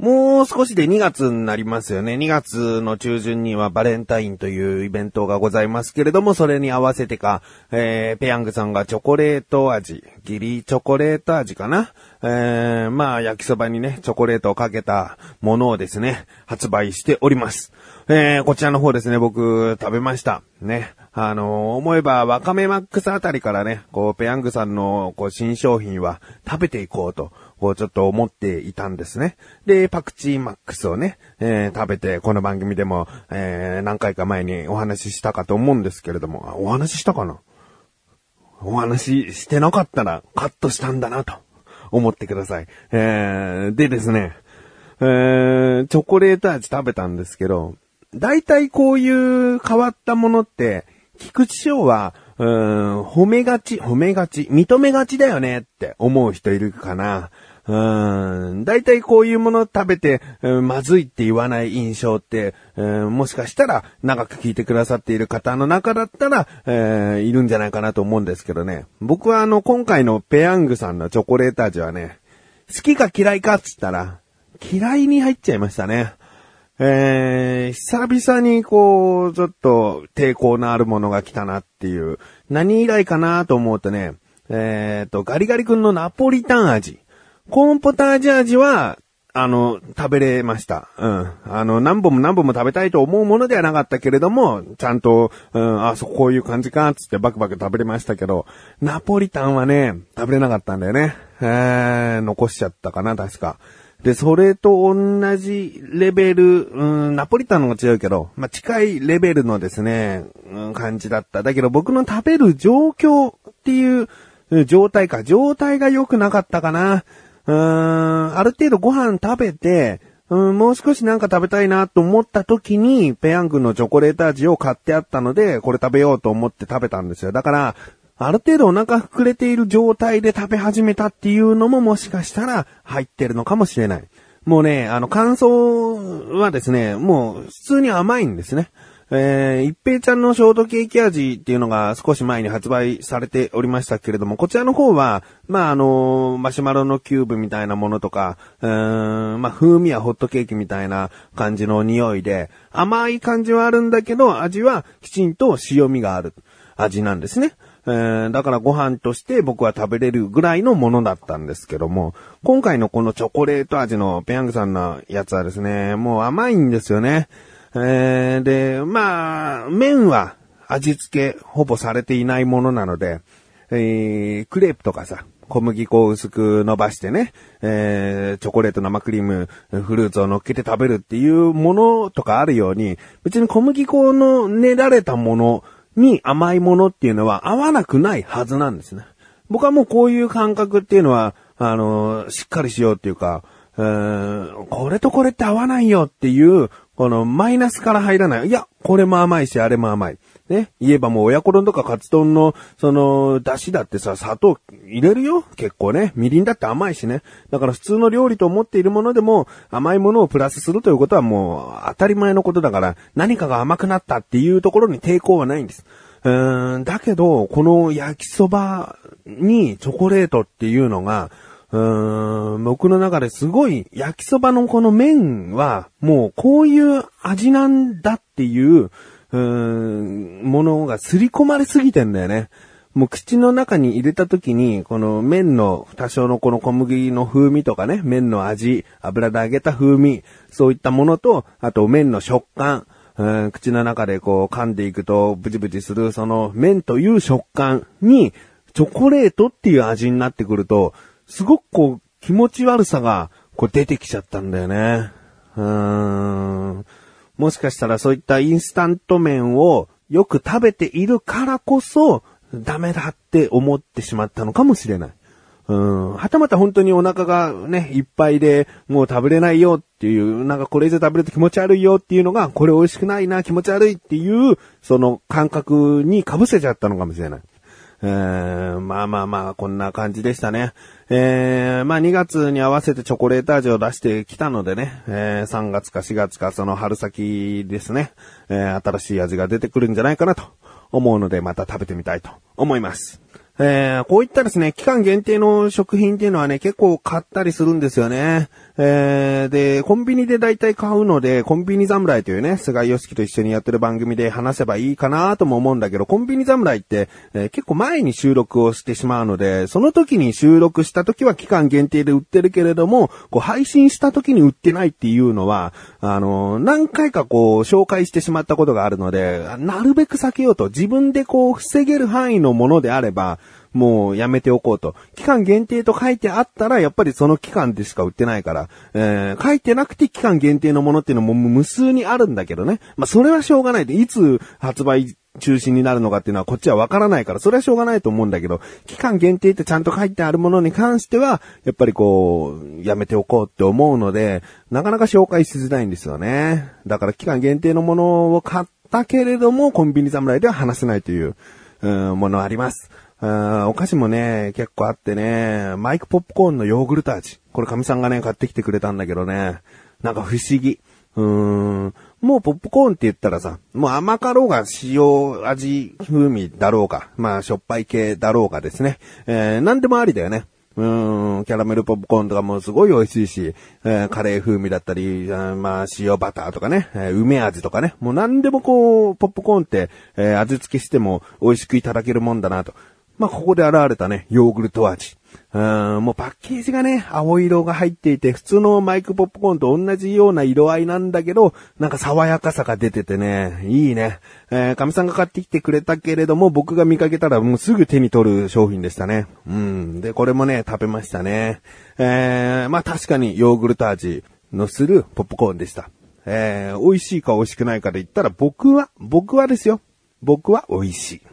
もう少しで2月になりますよね。2月の中旬にはバレンタインというイベントがございますけれども、それに合わせてか、ペヤングさんがチョコレート味、ギリチョコレート味かな。焼きそばにね、チョコレートをかけたものをですね、発売しております。こちらの方ですね、僕食べました。ね。思えばワカメマックスあたりからね、ペヤングさんの新商品は食べていこうと。ちょっと思っていたんですね。で、パクチーマックスをね、食べて、この番組でも、何回か前にお話ししたかと思うんですけれども、お話ししたかな？お話ししてなかったらカットしたんだなと思ってください。でですね、チョコレート味食べたんですけど、だいたいこういう変わったものって、菊池翔は、認めがちだよねって思う人いるかな。だいたいこういうもの食べて、まずいって言わない印象って、もしかしたら長く聞いてくださっている方の中だったら、いるんじゃないかなと思うんですけどね。僕は今回のペヤングさんのチョコレート味はね、好きか嫌いかっつったら、嫌いに入っちゃいましたね。久々にちょっと抵抗のあるものが来たなっていう。何以来かなと思うとね、ガリガリ君のナポリタン味。コーンポタージュ味は、食べれました。何本も食べたいと思うものではなかったけれども、ちゃんと、こういう感じか、つってバクバク食べれましたけど、ナポリタンはね、食べれなかったんだよね。残しちゃったかな、確か。で、それと同じレベル、ナポリタンの方が違うけど、近いレベルのですね、感じだった。だけど僕の食べる状況っていう状態が良くなかったかな。ある程度ご飯食べて、もう少しなんか食べたいなと思った時に、ペヤングのチョコレート味を買ってあったので、これ食べようと思って食べたんですよ。だから、ある程度お腹膨れている状態で食べ始めたっていうのももしかしたら入ってるのかもしれない。もうね、感想はですね、もう普通に甘いんですね。一平ちゃんのショートケーキ味っていうのが少し前に発売されておりましたけれども、こちらの方は、マシュマロのキューブみたいなものとか、風味はホットケーキみたいな感じの匂いで、甘い感じはあるんだけど、味はきちんと塩味がある味なんですね。だからご飯として僕は食べれるぐらいのものだったんですけども、今回のこのチョコレート味のペヤングさんのやつはですね、もう甘いんですよね。で、麺は味付けほぼされていないものなので、クレープとかさ、小麦粉を薄く伸ばしてね、チョコレート生クリーム、フルーツを乗っけて食べるっていうものとかあるように、別に小麦粉の練られたものに甘いものっていうのは合わなくないはずなんですね。僕はもうこういう感覚っていうのは、しっかりしようっていうか、これとこれって合わないよっていう、このマイナスから入らない。いや、これも甘いし、あれも甘い。ね。言えばもう親子丼とかカツ丼の、出汁だってさ、砂糖入れるよ結構ね。みりんだって甘いしね。だから普通の料理と思っているものでも、甘いものをプラスするということはもう当たり前のことだから、何かが甘くなったっていうところに抵抗はないんです。だけど、この焼きそばにチョコレートっていうのが、僕の中ですごい焼きそばのこの麺はもうこういう味なんだっていうものが刷り込まれすぎてんだよね。もう口の中に入れた時にこの麺の多少のこの小麦の風味とかね、麺の味、油で揚げた風味、そういったものと、あと麺の食感、口の中で噛んでいくとブチブチするその麺という食感にチョコレートっていう味になってくると、すごく気持ち悪さが出てきちゃったんだよね。もしかしたらそういったインスタント麺をよく食べているからこそダメだって思ってしまったのかもしれない。はたまた本当にお腹がね、いっぱいでもう食べれないよっていう、なんかこれ以上食べると気持ち悪いよっていうのが、これ美味しくないな、気持ち悪いっていう、その感覚に被せちゃったのかもしれない。こんな感じでしたね。2月に合わせてチョコレート味を出してきたのでね、3月か4月かその春先ですね、新しい味が出てくるんじゃないかなと思うので、また食べてみたいと思います。こういったですね、期間限定の食品っていうのはね、結構買ったりするんですよね。 で、コンビニで大体買うので、コンビニ侍というね、菅井良樹と一緒にやってる番組で話せばいいかなとも思うんだけど、コンビニ侍って、結構前に収録をしてしまうので、その時に収録した時は期間限定で売ってるけれども、こう配信した時に売ってないっていうのは、何回かこう紹介してしまったことがあるので、なるべく避けようと、自分でこう防げる範囲のものであれば、もうやめておこうと。期間限定と書いてあったら、やっぱりその期間でしか売ってないから、書いてなくて期間限定のものっていうのも無数にあるんだけどね。まあ、それはしょうがないで、いつ発売中止になるのかっていうのはこっちはわからないから、それはしょうがないと思うんだけど、期間限定ってちゃんと書いてあるものに関しては、やっぱりこう、やめておこうって思うので、なかなか紹介しづらいんですよね。だから期間限定のものを買ったけれども、コンビニ侍では話せないという、ものあります。お菓子もね、結構あってね、マイクポップコーンのヨーグルト味。これ神さんがね、買ってきてくれたんだけどね、なんか不思議。もうポップコーンって言ったらさ、もう甘かろうが塩味風味だろうか、まあしょっぱい系だろうがですね、なんでもありだよね。キャラメルポップコーンとかもすごい美味しいし、カレー風味だったり、まあ塩バターとかね、梅味とかね、もうなんでもこう、ポップコーンって、味付けしても美味しくいただけるもんだなと。まあ、ここで現れたね、ヨーグルト味。もうパッケージがね、青色が入っていて、普通のマイクポップコーンと同じような色合いなんだけど、なんか爽やかさが出ててね、いいね。かみさんが買ってきてくれたけれども、僕が見かけたらもうすぐ手に取る商品でしたね。で、これもね、食べましたね。まあ、確かにヨーグルト味のするポップコーンでした。美味しいか美味しくないかで言ったら、僕はですよ。僕は美味しい。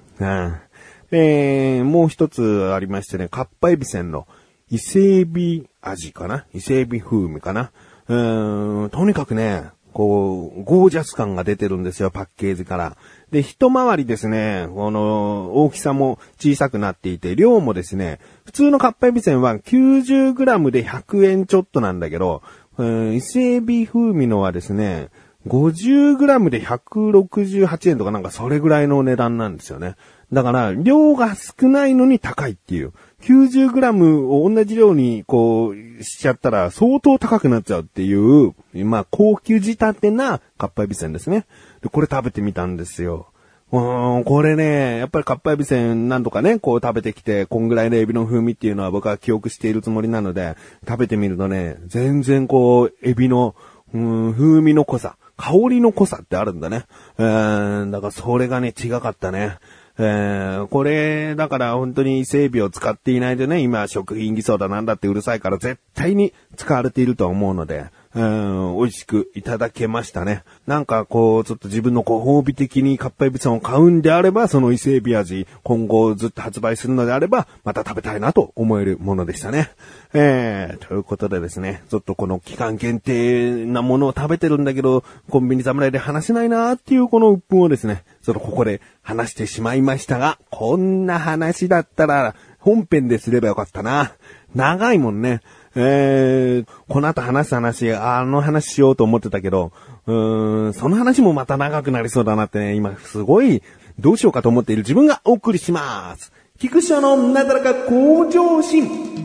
もう一つありましてね、かっぱえびせんの伊勢エビ味かな、伊勢エビ風味かな。とにかくね、こう、ゴージャス感が出てるんですよ、パッケージから。で、一回りですね、この、大きさも小さくなっていて、量もですね、普通のかっぱえびせんは 90g で100円ちょっとなんだけど、伊勢エビ風味のはですね、50g で168円とかなんかそれぐらいの値段なんですよね。だから、量が少ないのに高いっていう。90g を同じ量にこうしちゃったら相当高くなっちゃうっていう、まあ高級仕立てなかっぱえびせんですね。で、これ食べてみたんですよ。これね、やっぱりかっぱえびせん何度かね、こう食べてきて、こんぐらいのエビの風味っていうのは僕は記憶しているつもりなので、食べてみるとね、全然こう、エビの、風味の濃さ、香りの濃さってあるんだね。だからそれがね、違かったね。これ、だから本当に伊勢エビを使っていないとね、今食品偽装だなんだってうるさいから絶対に使われていると思うので、美味しくいただけましたね。なんかこう、ちょっと自分のご褒美的にかっぱえびせんを買うんであれば、その伊勢エビ味、今後ずっと発売するのであれば、また食べたいなと思えるものでしたね。ということでですね、ちょっとこの期間限定なものを食べてるんだけど、コンビニ侍で話せないなーっていうこの鬱憤をですね、ちょっとここで話してしまいましたが、こんな話だったら本編ですればよかったな。長いもんね。この後話す話、あの話しようと思ってたけど、その話もまた長くなりそうだなってね、今すごいどうしようかと思っている自分がお送りします。菊師匠のなだらか向上心。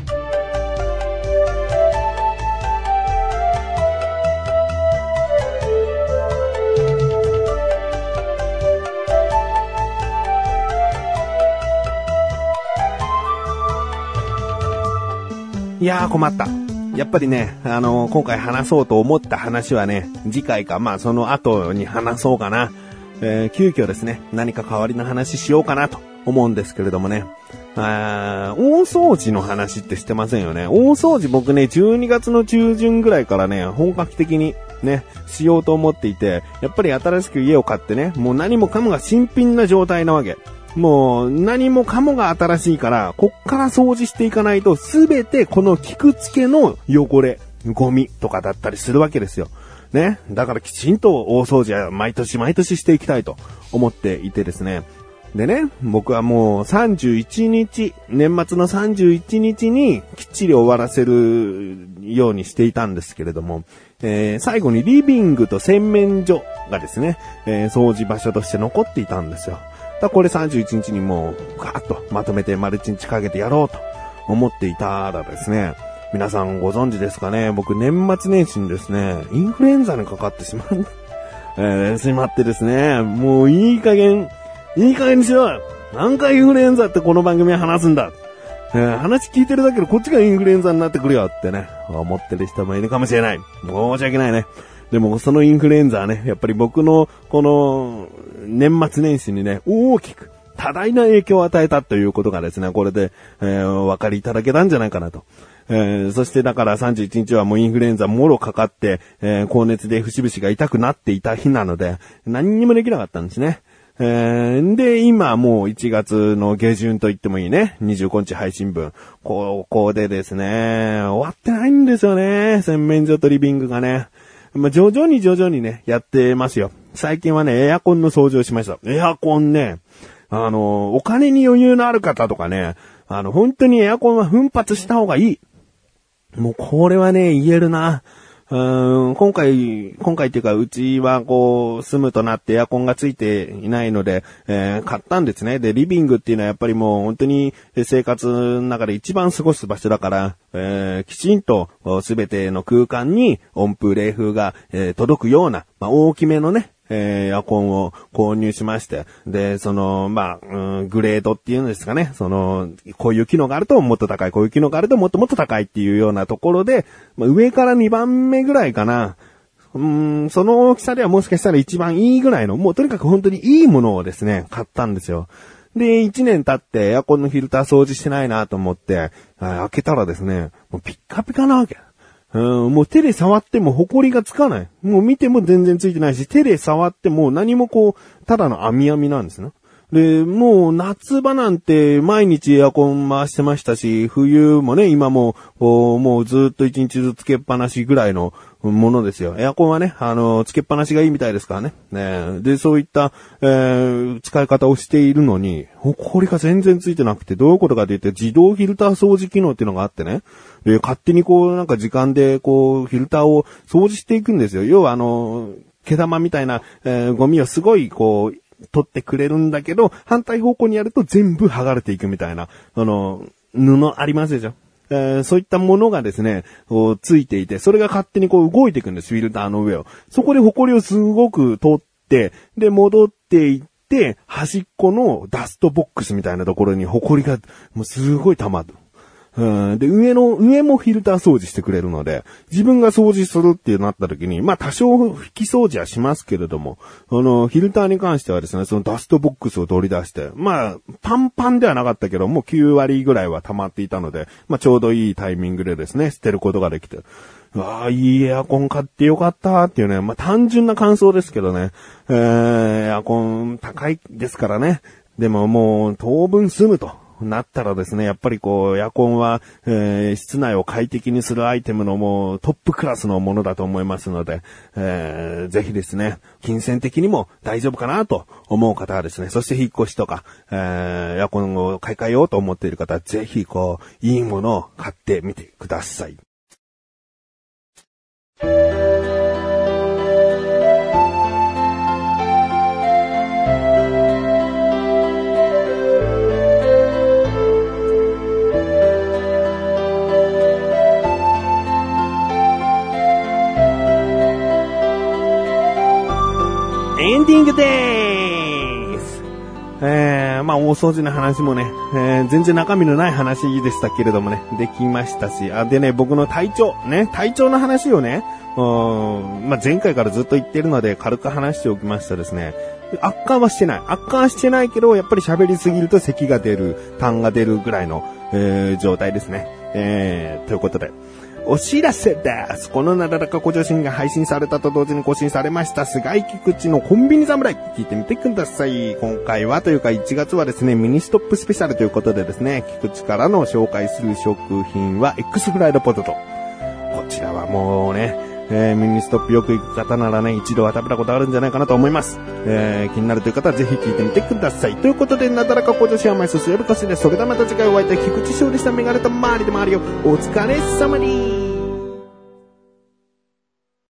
いやー困った。やっぱりね、今回話そうと思った話はね、次回か、まあその後に話そうかな。急遽ですね、何か代わりの話しようかなと思うんですけれどもね。大掃除の話ってしてませんよね。大掃除僕ね、12月の中旬ぐらいからね、本格的にね、しようと思っていて、やっぱり新しく家を買ってね、もう何もかもが新品な状態なわけ。もう何もかもが新しいから、こっから掃除していかないと、すべてこのキクつけの汚れ、ゴミとかだったりするわけですよ。ね。だからきちんと大掃除は毎年毎年していきたいと思っていてですね。でね、僕はもう31日、年末の31日にきっちり終わらせるようにしていたんですけれども、最後にリビングと洗面所がですね、掃除場所として残っていたんですよ。これ31日にもうガーッとまとめて丸1日かけてやろうと思っていたらですね、 皆さんご存知ですかね。僕年末年始にですね、インフルエンザにかかってしまってですね、もういい加減にしろ。何回インフルエンザってこの番組は話すんだ。話聞いてるだけでこっちがインフルエンザになってくるよってね、思ってる人もいるかもしれない。申し訳ないね。でもそのインフルエンザはね、やっぱり僕のこの年末年始にね、大きく多大な影響を与えたということがですね、これで、お分かりいただけたんじゃないかなと。そしてだから31日はもうインフルエンザもろかかって、高熱で節々が痛くなっていた日なので、何にもできなかったんですね。で、今もう1月の下旬と言ってもいいね。25日配信分。ここでですね、終わってないんですよね。洗面所とリビングがね。徐々にね、やってますよ。最近はね、エアコンの掃除をしました。エアコンね、お金に余裕のある方とかね、本当にエアコンは奮発した方がいい。もうこれはね、言えるな。今回っていうか、うちはこう、住むとなってエアコンがついていないので、買ったんですね。で、リビングっていうのはやっぱりもう本当に生活の中で一番過ごす場所だから、きちんとすべての空間に温風冷風が、届くような、大きめのね、エアコンを購入しまして。で、グレードっていうんですかね。こういう機能があるともっと高い。こういう機能があるともっともっと高いっていうようなところで、上から2番目ぐらいかな。その大きさではもしかしたら一番いいぐらいの、もうとにかく本当にいいものをですね、買ったんですよ。で、1年経ってエアコンのフィルター掃除してないなと思って、開けたらですね、もうピッカピカなわけ。もう手で触っても埃がつかない。もう見ても全然ついてないし、手で触っても何もただの網なんですね。で、もう夏場なんて毎日エアコン回してましたし、冬もね、今もうずっと一日ずつつけっぱなしぐらいのものですよ。エアコンはね、つけっぱなしがいいみたいですからね。で、そういった、使い方をしているのに、埃が全然ついてなくて、どういうことかというと、自動フィルター掃除機能っていうのがあってね。で、勝手に時間でフィルターを掃除していくんですよ。要は毛玉みたいな、ゴミをすごい取ってくれるんだけど、反対方向にやると全部剥がれていくみたいな、布ありますでしょ。そういったものがですね、ついていて、それが勝手に動いていくんです、フィルターの上を。そこで埃をすごく取って、で、戻っていって、端っこのダストボックスみたいなところに埃がもうすごい溜まる。で、上もフィルター掃除してくれるので、自分が掃除するってなった時に、多少拭き掃除はしますけれども、フィルターに関してはですね、そのダストボックスを取り出して、パンパンではなかったけど、もう9割ぐらいは溜まっていたので、ちょうどいいタイミングでですね、捨てることができて、いいエアコン買ってよかったっていうね、単純な感想ですけどね、エアコン高いですからね、でももう当分住むと。なったらですね、やっぱりエアコンは、室内を快適にするアイテムのもうトップクラスのものだと思いますので、ぜひですね、金銭的にも大丈夫かなと思う方はですね、そして引っ越しとか、エアコンを買い替えようと思っている方は、ぜひいいものを買ってみてください。エンディングでーす。大掃除の話もね、全然中身のない話でしたけれどもね、できましたし、でね、僕の体調の話をね、前回からずっと言ってるので軽く話しておきましたですね。悪化はしてないけど、やっぱり喋りすぎると咳が出る、痰が出るぐらいの、状態ですね。ということで。お知らせです。このなだらか向上心が配信されたと同時に更新されました菅井菊池のコンビニ侍、聞いてみてください。今回はというか1月はですね、ミニストップスペシャルということでですね、菊池からの紹介する食品は X フライドポテト。こちらはもうね、ミニストップよく行く方ならね、一度は食べたことあるんじゃないかなと思います。気になるという方はぜひ聞いてみてください。ということで、なだらか向上心は毎週夜更かしで、それではまた次回お会いいたい菊池翔でした。メガネと周りで周りをお疲れ様に。